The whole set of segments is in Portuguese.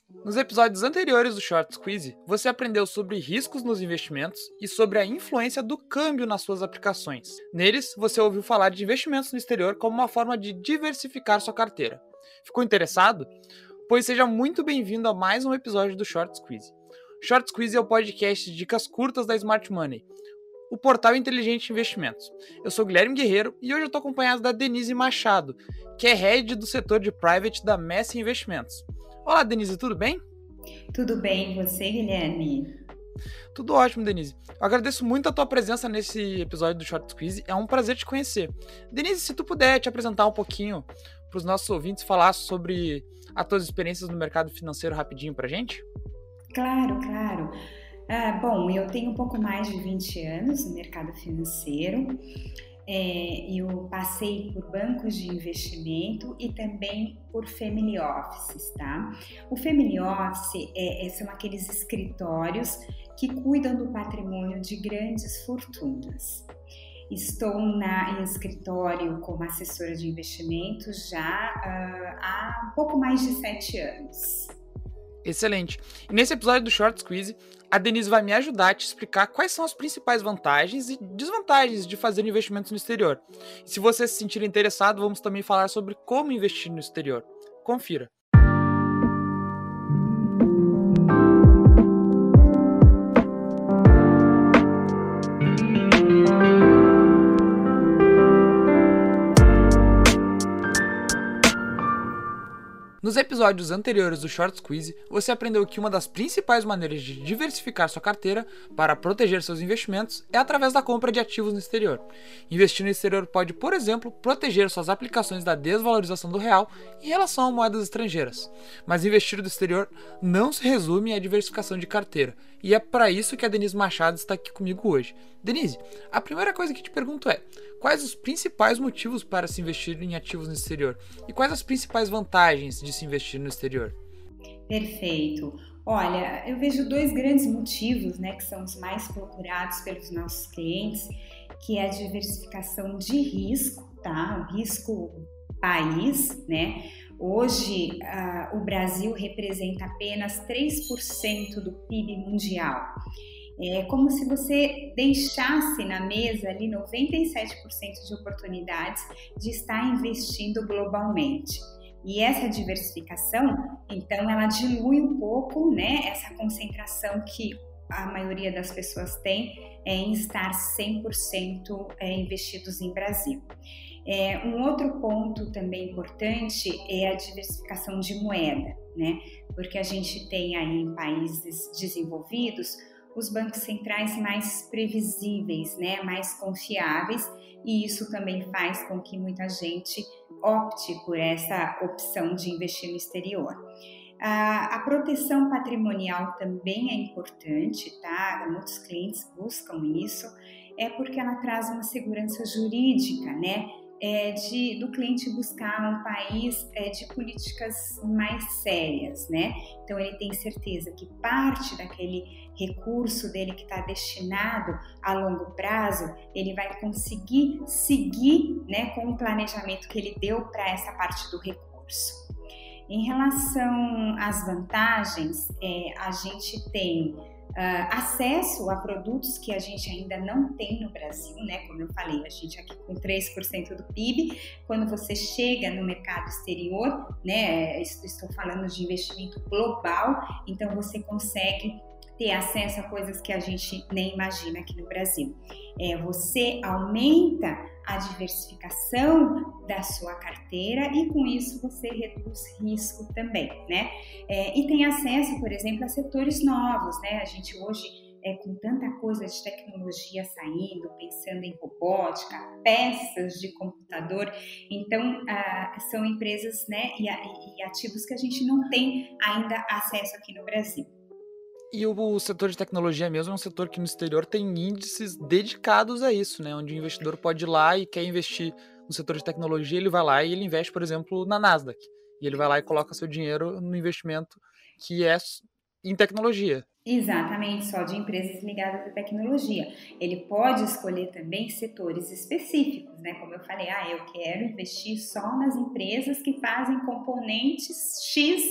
Nos episódios anteriores do Short Squeeze, você aprendeu sobre riscos nos investimentos e sobre a influência do câmbio nas suas aplicações. Neles, você ouviu falar de investimentos no exterior como uma forma de diversificar sua carteira. Ficou interessado? Pois seja muito bem-vindo a mais um episódio do Short Squeeze. Short Squeeze é o podcast de dicas curtas da Smart Money, o portal inteligente de investimentos. Eu sou Guilherme Guerreiro e hoje eu estou acompanhado da Denise Machado, que é head do setor de private da Messi Investimentos. Olá, Denise, tudo bem? Tudo bem, e você, Guilherme? Tudo ótimo, Denise. Eu agradeço muito a tua presença nesse episódio do Short Squeeze, é um prazer te conhecer. Denise, se tu puder te apresentar um pouquinho para os nossos ouvintes, falar sobre as tuas experiências no mercado financeiro rapidinho pra gente? Claro. Bom, eu tenho um pouco mais de 20 anos no mercado financeiro. Eu passei por bancos de investimento e também por family offices, tá? O family office são aqueles escritórios que cuidam do patrimônio de grandes fortunas. Estou em escritório como assessora de investimentos já há um pouco mais de 7 anos. Excelente. E nesse episódio do Short Squeeze, a Denise vai me ajudar a te explicar quais são as principais vantagens e desvantagens de fazer investimentos no exterior. E se você se sentir interessado, vamos também falar sobre como investir no exterior. Confira. Nos episódios anteriores do Short Squeeze, você aprendeu que uma das principais maneiras de diversificar sua carteira para proteger seus investimentos é através da compra de ativos no exterior. Investir no exterior pode, por exemplo, proteger suas aplicações da desvalorização do real em relação a moedas estrangeiras. Mas investir no exterior não se resume à diversificação de carteira, e é para isso que a Denise Machado está aqui comigo hoje. Denise, a primeira coisa que te pergunto é: quais os principais motivos para se investir em ativos no exterior? E quais as principais vantagens de se investir no exterior? Perfeito. Olha, eu vejo dois grandes motivos, né, que são os mais procurados pelos nossos clientes, que é a diversificação de risco, tá? O risco país, né? Hoje, o Brasil representa apenas 3% do PIB mundial. É como se você deixasse na mesa ali 97% de oportunidades de estar investindo globalmente. E essa diversificação, então, ela dilui um pouco, né, essa concentração que a maioria das pessoas tem em estar 100% investidos em Brasil. Um outro ponto também importante é a diversificação de moeda, né? Porque a gente tem aí em países desenvolvidos os bancos centrais mais previsíveis, né? Mais confiáveis, e isso também faz com que muita gente opte por essa opção de investir no exterior. A proteção patrimonial também é importante, tá? Muitos clientes buscam isso, porque ela traz uma segurança jurídica, né? Do cliente buscar um país de políticas mais sérias, né? Então ele tem certeza que parte daquele recurso dele que está destinado a longo prazo, ele vai conseguir seguir, né, com o planejamento que ele deu para essa parte do recurso. Em relação às vantagens, a gente tem acesso a produtos que a gente ainda não tem no Brasil, né? Como eu falei, a gente aqui com 3% do PIB, quando você chega no mercado exterior, né? Estou falando de investimento global, então você consegue ter acesso a coisas que a gente nem imagina aqui no Brasil. Você aumenta a diversificação da sua carteira e com isso você reduz risco também, né? E tem acesso, por exemplo, a setores novos, né? A gente hoje, com tanta coisa de tecnologia saindo, pensando em robótica, peças de computador, então são empresas, né, e ativos que a gente não tem ainda acesso aqui no Brasil. E o setor de tecnologia mesmo é um setor que no exterior tem índices dedicados a isso, né? Onde o investidor pode ir lá e quer investir no setor de tecnologia, ele vai lá e ele investe, por exemplo, na Nasdaq. E ele vai lá e coloca seu dinheiro no investimento que é em tecnologia. Exatamente, só de empresas ligadas à tecnologia. Ele pode escolher também setores específicos, né? Como eu falei, eu quero investir só nas empresas que fazem componentes X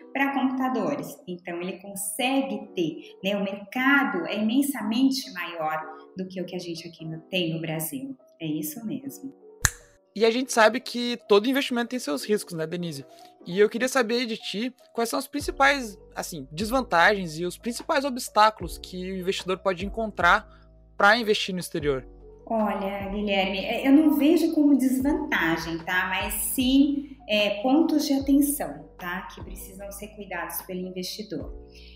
para computadores. Então, ele consegue ter, né? O mercado é imensamente maior do que o que a gente aqui tem no Brasil. É isso mesmo. E a gente sabe que todo investimento tem seus riscos, né, Denise? E eu queria saber de ti quais são as principais, assim, desvantagens e os principais obstáculos que o investidor pode encontrar para investir no exterior. Olha, Guilherme, eu não vejo como desvantagem, tá? Mas sim pontos de atenção, tá? Que precisam ser cuidados pelo investidor.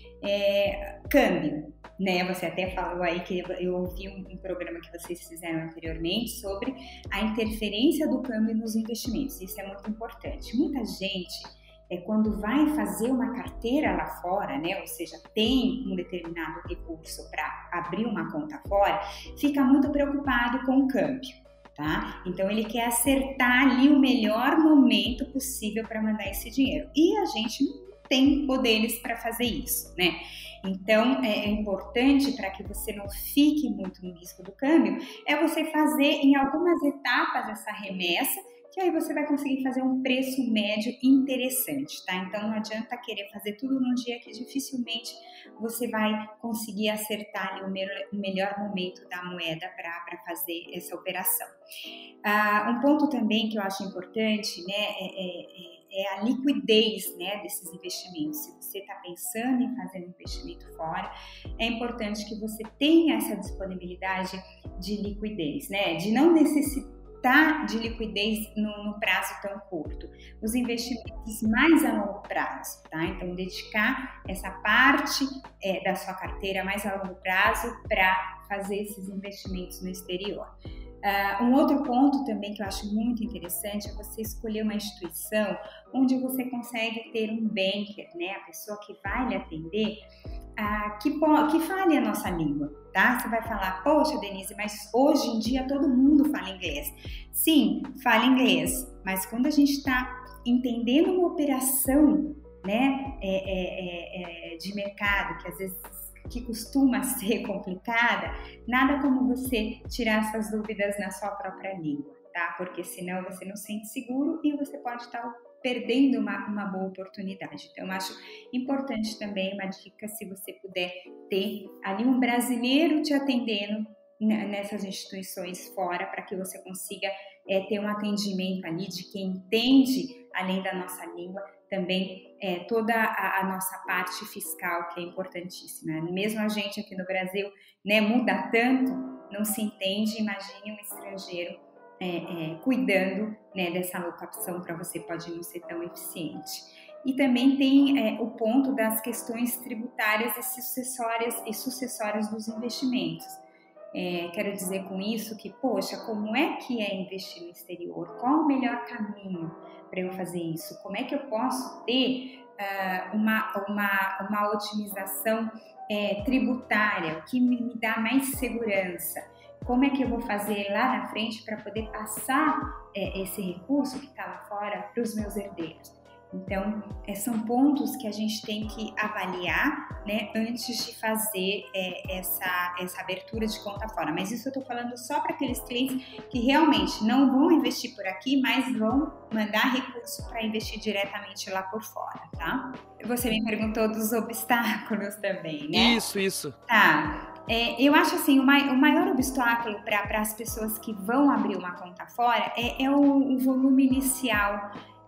Câmbio, né? Você até falou aí que eu ouvi um programa que vocês fizeram anteriormente sobre a interferência do câmbio nos investimentos. Isso é muito importante. Muita gente, quando vai fazer uma carteira lá fora, né? Ou seja, tem um determinado recurso para abrir uma conta fora, fica muito preocupado com o câmbio. Tá? Então ele quer acertar ali o melhor momento possível para mandar esse dinheiro. E a gente não tem poderes para fazer isso, né? Então é importante, para que você não fique muito no risco do câmbio, você fazer em algumas etapas essa remessa, que aí você vai conseguir fazer um preço médio interessante, tá? Então não adianta querer fazer tudo num dia que dificilmente você vai conseguir acertar ali o melhor momento da moeda para fazer essa operação. Um ponto também que eu acho importante, né, é a liquidez, né, desses investimentos. Se você está pensando em fazer um investimento fora, é importante que você tenha essa disponibilidade de liquidez, né, de não necessitar de liquidez no prazo tão curto. Os investimentos mais a longo prazo, tá? Então, dedicar essa parte da sua carteira mais a longo prazo para fazer esses investimentos no exterior. Um outro ponto também que eu acho muito interessante é você escolher uma instituição onde você consegue ter um banker, né? A pessoa que vai lhe atender, que fale a nossa língua, tá? Você vai falar, poxa, Denise, mas hoje em dia todo mundo fala inglês. Sim, fala inglês, mas quando a gente está entendendo uma operação, né, de mercado, que às vezes que costuma ser complicada, nada como você tirar essas dúvidas na sua própria língua, tá? Porque senão você não se sente seguro e você pode estar perdendo uma boa oportunidade. Então, eu acho importante também uma dica, se você puder ter ali um brasileiro te atendendo nessas instituições fora, para que você consiga ter um atendimento ali de quem entende, além da nossa língua, também toda a nossa parte fiscal, que é importantíssima. Mesmo a gente aqui no Brasil, né, muda tanto, não se entende, imagine um estrangeiro cuidando, né, dessa alocação para você, pode não ser tão eficiente. E também tem o ponto das questões tributárias e sucessórias dos investimentos. Quero dizer com isso que, poxa, como é que é investir no exterior? Qual o melhor caminho para eu fazer isso? Como é que eu posso ter uma otimização tributária, o que me dá mais segurança? Como é que eu vou fazer lá na frente para poder passar esse recurso que está lá fora para os meus herdeiros? Então, são pontos que a gente tem que avaliar, né, antes de fazer essa abertura de conta fora. Mas isso eu estou falando só para aqueles clientes que realmente não vão investir por aqui, mas vão mandar recurso para investir diretamente lá por fora, tá? Você me perguntou dos obstáculos também, né? Isso. Tá. Eu acho assim, o maior obstáculo para as pessoas que vão abrir uma conta fora é o volume inicial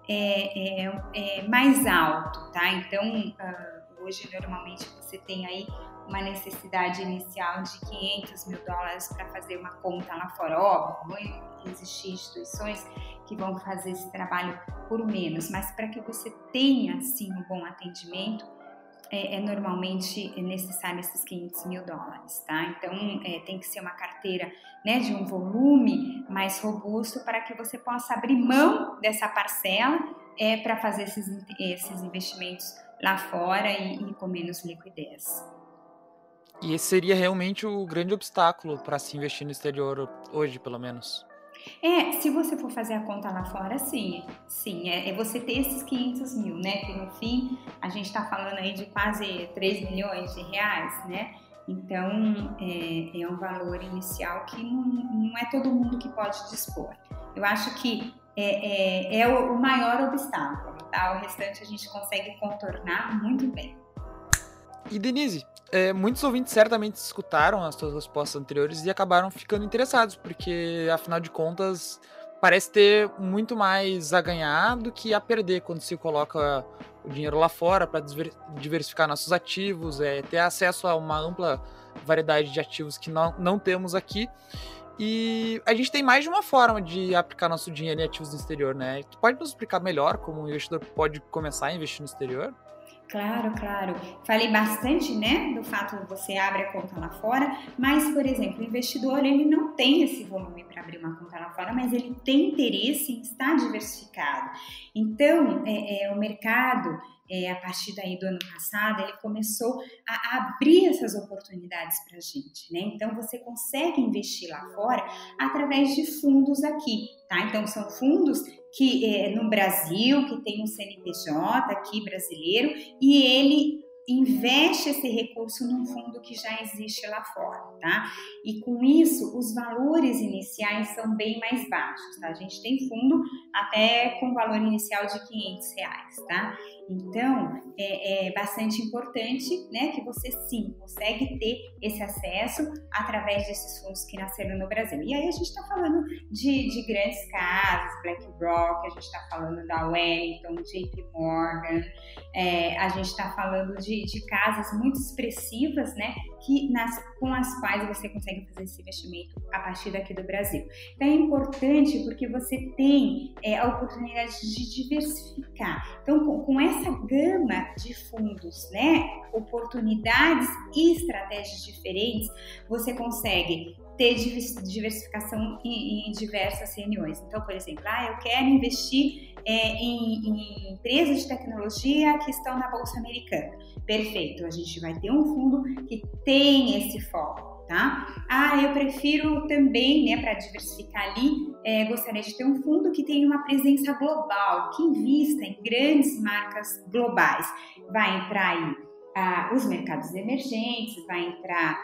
mais alto, tá? Então, hoje normalmente você tem aí uma necessidade inicial de $500 mil para fazer uma conta lá fora. Óbvio, vão existir instituições que vão fazer esse trabalho por menos, mas para que você tenha, sim, um bom atendimento, normalmente necessário esses $500 mil, tá? Então, tem que ser uma carteira, né, de um volume mais robusto para que você possa abrir mão dessa parcela para fazer esses investimentos lá fora e com menos liquidez. E esse seria realmente o grande obstáculo para se investir no exterior hoje, pelo menos. Se você for fazer a conta lá fora, sim, é você ter esses $500 mil, né, que no fim a gente está falando aí de quase 3 milhões de reais, né, então é um valor inicial que não é todo mundo que pode dispor. Eu acho que é o maior obstáculo, tá? O restante a gente consegue contornar muito bem. E Denise, muitos ouvintes certamente escutaram as suas respostas anteriores e acabaram ficando interessados, porque afinal de contas parece ter muito mais a ganhar do que a perder quando se coloca o dinheiro lá fora para diversificar nossos ativos, ter acesso a uma ampla variedade de ativos que não temos aqui. E a gente tem mais de uma forma de aplicar nosso dinheiro em ativos no exterior, né? Tu pode nos explicar melhor como um investidor pode começar a investir no exterior? Claro, claro. Falei bastante, né, do fato de você abre a conta lá fora, mas, por exemplo, o investidor, ele não tem esse volume para abrir uma conta lá fora, mas ele tem interesse em estar diversificado. Então, o mercado, a partir daí do ano passado, ele começou a abrir essas oportunidades para a gente, né? Então, você consegue investir lá fora através de fundos aqui, tá? Então, são fundos que no Brasil, que tem um CNPJ aqui brasileiro, e ele investe esse recurso num fundo que já existe lá fora, tá? E com isso, os valores iniciais são bem mais baixos, tá? A gente tem fundo até com valor inicial de R$500, tá? Então, é bastante importante, né, que você sim consegue ter esse acesso através desses fundos que nasceram no Brasil. E aí a gente está falando de grandes casas, BlackRock, a gente está falando da Wellington, JP Morgan, a gente está falando de casas muito expressivas, né, com as quais você consegue fazer esse investimento a partir daqui do Brasil. Então é importante porque você tem a oportunidade de diversificar. Então, com essa gama de fundos, né, oportunidades e estratégias diferentes, você consegue ter diversificação em diversas reuniões. Então, por exemplo, eu quero investir em empresas de tecnologia que estão na Bolsa Americana. Perfeito, a gente vai ter um fundo que tem esse foco, tá? Eu prefiro também, né, para diversificar ali, gostaria de ter um fundo que tenha uma presença global, que invista em grandes marcas globais. Vai entrar aí os mercados emergentes, vai entrar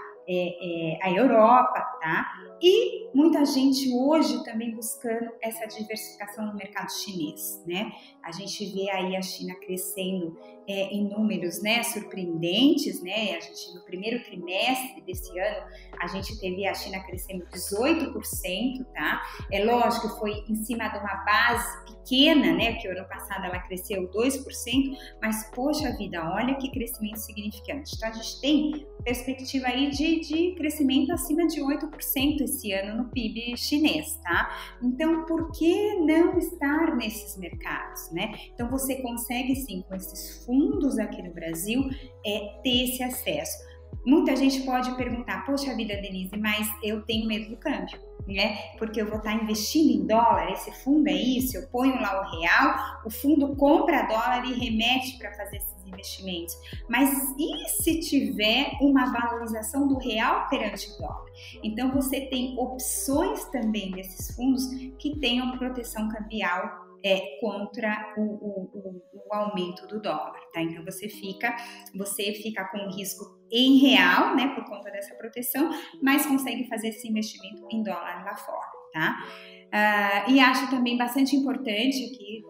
a Europa, tá? E muita gente hoje também buscando essa diversificação no mercado chinês, né? A gente vê aí a China crescendo em números, né, surpreendentes, né? A gente, no primeiro trimestre desse ano, a gente teve a China crescendo 18%, tá? É lógico que foi em cima de uma base pequena, né? Que o ano passado ela cresceu 2%, mas, poxa vida, olha que crescimento significante. Então, a gente tem perspectiva aí de crescimento acima de 8% esse ano no PIB chinês, tá? Então, por que não estar nesses mercados, né? Então, você consegue sim, com esses fundos aqui no Brasil, ter esse acesso. Muita gente pode perguntar, poxa vida, Denise, mas eu tenho medo do câmbio, né? Porque eu vou estar investindo em dólar, esse fundo é isso, eu ponho lá o real, o fundo compra dólar e remete para fazer esses investimentos. Mas e se tiver uma valorização do real perante o dólar? Então, você tem opções também desses fundos que tenham proteção cambial contra o aumento do dólar, tá? Então, você fica com o risco em real, né, por conta dessa proteção, mas consegue fazer esse investimento em dólar lá fora, tá? E acho também bastante importante aqui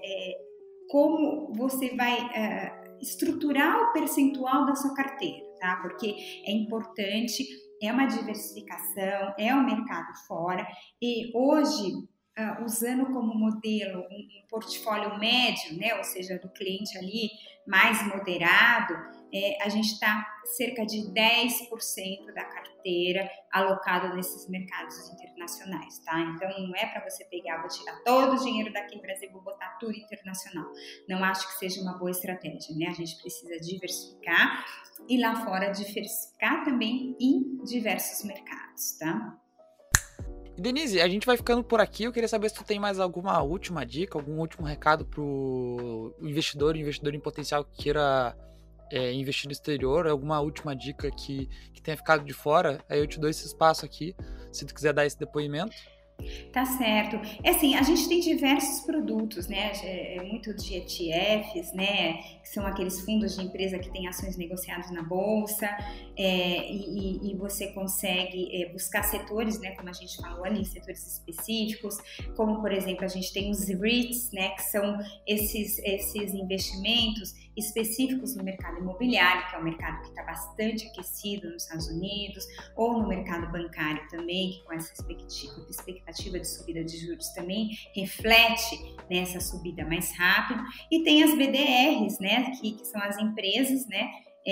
como você vai estruturar o percentual da sua carteira, tá? Porque é importante, é uma diversificação, é um mercado fora, e hoje, usando como modelo um portfólio médio, né, ou seja, do cliente ali mais moderado, a gente está cerca de 10% da carteira alocado nesses mercados internacionais, tá? Então, não é para você pegar, vou tirar todo o dinheiro daqui no Brasil, vou botar tudo internacional. Não acho que seja uma boa estratégia, né? A gente precisa diversificar e lá fora diversificar também em diversos mercados, tá? Denise, a gente vai ficando por aqui. Eu queria saber se tu tem mais alguma última dica, algum último recado pro investidor em potencial que queira investir no exterior, alguma última dica que tenha ficado de fora. Aí eu te dou esse espaço aqui, se tu quiser dar esse depoimento. Tá certo. É assim, a gente tem diversos produtos, né? Muito de ETFs, né? Que são aqueles fundos de empresa que têm ações negociadas na bolsa, e você consegue buscar setores, né? Como a gente falou ali, setores específicos, como por exemplo a gente tem os REITs, né? Que são esses investimentos específicos no mercado imobiliário, que é um mercado que está bastante aquecido nos Estados Unidos, ou no mercado bancário também, que com essa expectativa de subida de juros também reflete nessa subida mais rápida. E tem as BDRs, né, que são as empresas, né,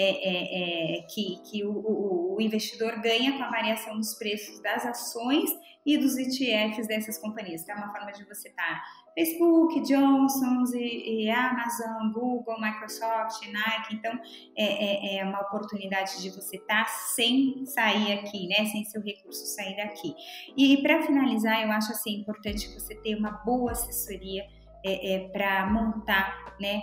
que o investidor ganha com a variação dos preços das ações e dos ETFs dessas companhias. Então, é uma forma de você estar Facebook, Johnson's, e Amazon, Google, Microsoft, Nike. Então, é uma oportunidade de você estar sem sair aqui, né? Sem seu recurso sair daqui. E para finalizar, eu acho assim, importante você ter uma boa assessoria para montar, né,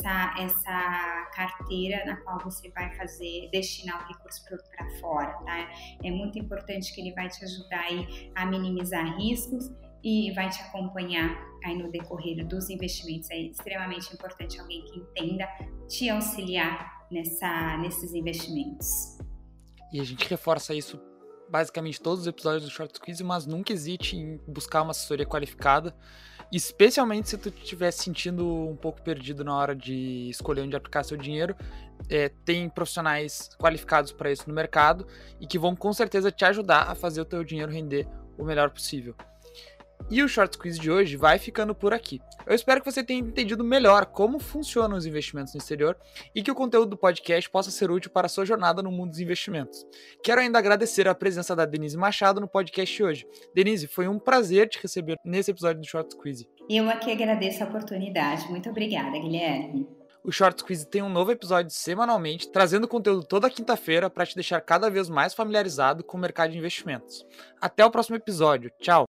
essa carteira na qual você vai destinar o recurso para fora, tá? É muito importante que ele vai te ajudar aí a minimizar riscos e vai te acompanhar aí no decorrer dos investimentos. É extremamente importante alguém que entenda te auxiliar nesses investimentos. E a gente reforça isso basicamente todos os episódios do Short Squeeze, mas nunca hesite em buscar uma assessoria qualificada, especialmente se tu estiver se sentindo um pouco perdido na hora de escolher onde aplicar seu dinheiro. Tem profissionais qualificados para isso no mercado e que vão com certeza te ajudar a fazer o teu dinheiro render o melhor possível. E o Short Squeeze de hoje vai ficando por aqui. Eu espero que você tenha entendido melhor como funcionam os investimentos no exterior e que o conteúdo do podcast possa ser útil para a sua jornada no mundo dos investimentos. Quero ainda agradecer a presença da Denise Machado no podcast de hoje. Denise, foi um prazer te receber nesse episódio do Short Squeeze. Eu aqui agradeço a oportunidade. Muito obrigada, Guilherme. O Short Squeeze tem um novo episódio semanalmente, trazendo conteúdo toda quinta-feira para te deixar cada vez mais familiarizado com o mercado de investimentos. Até o próximo episódio. Tchau!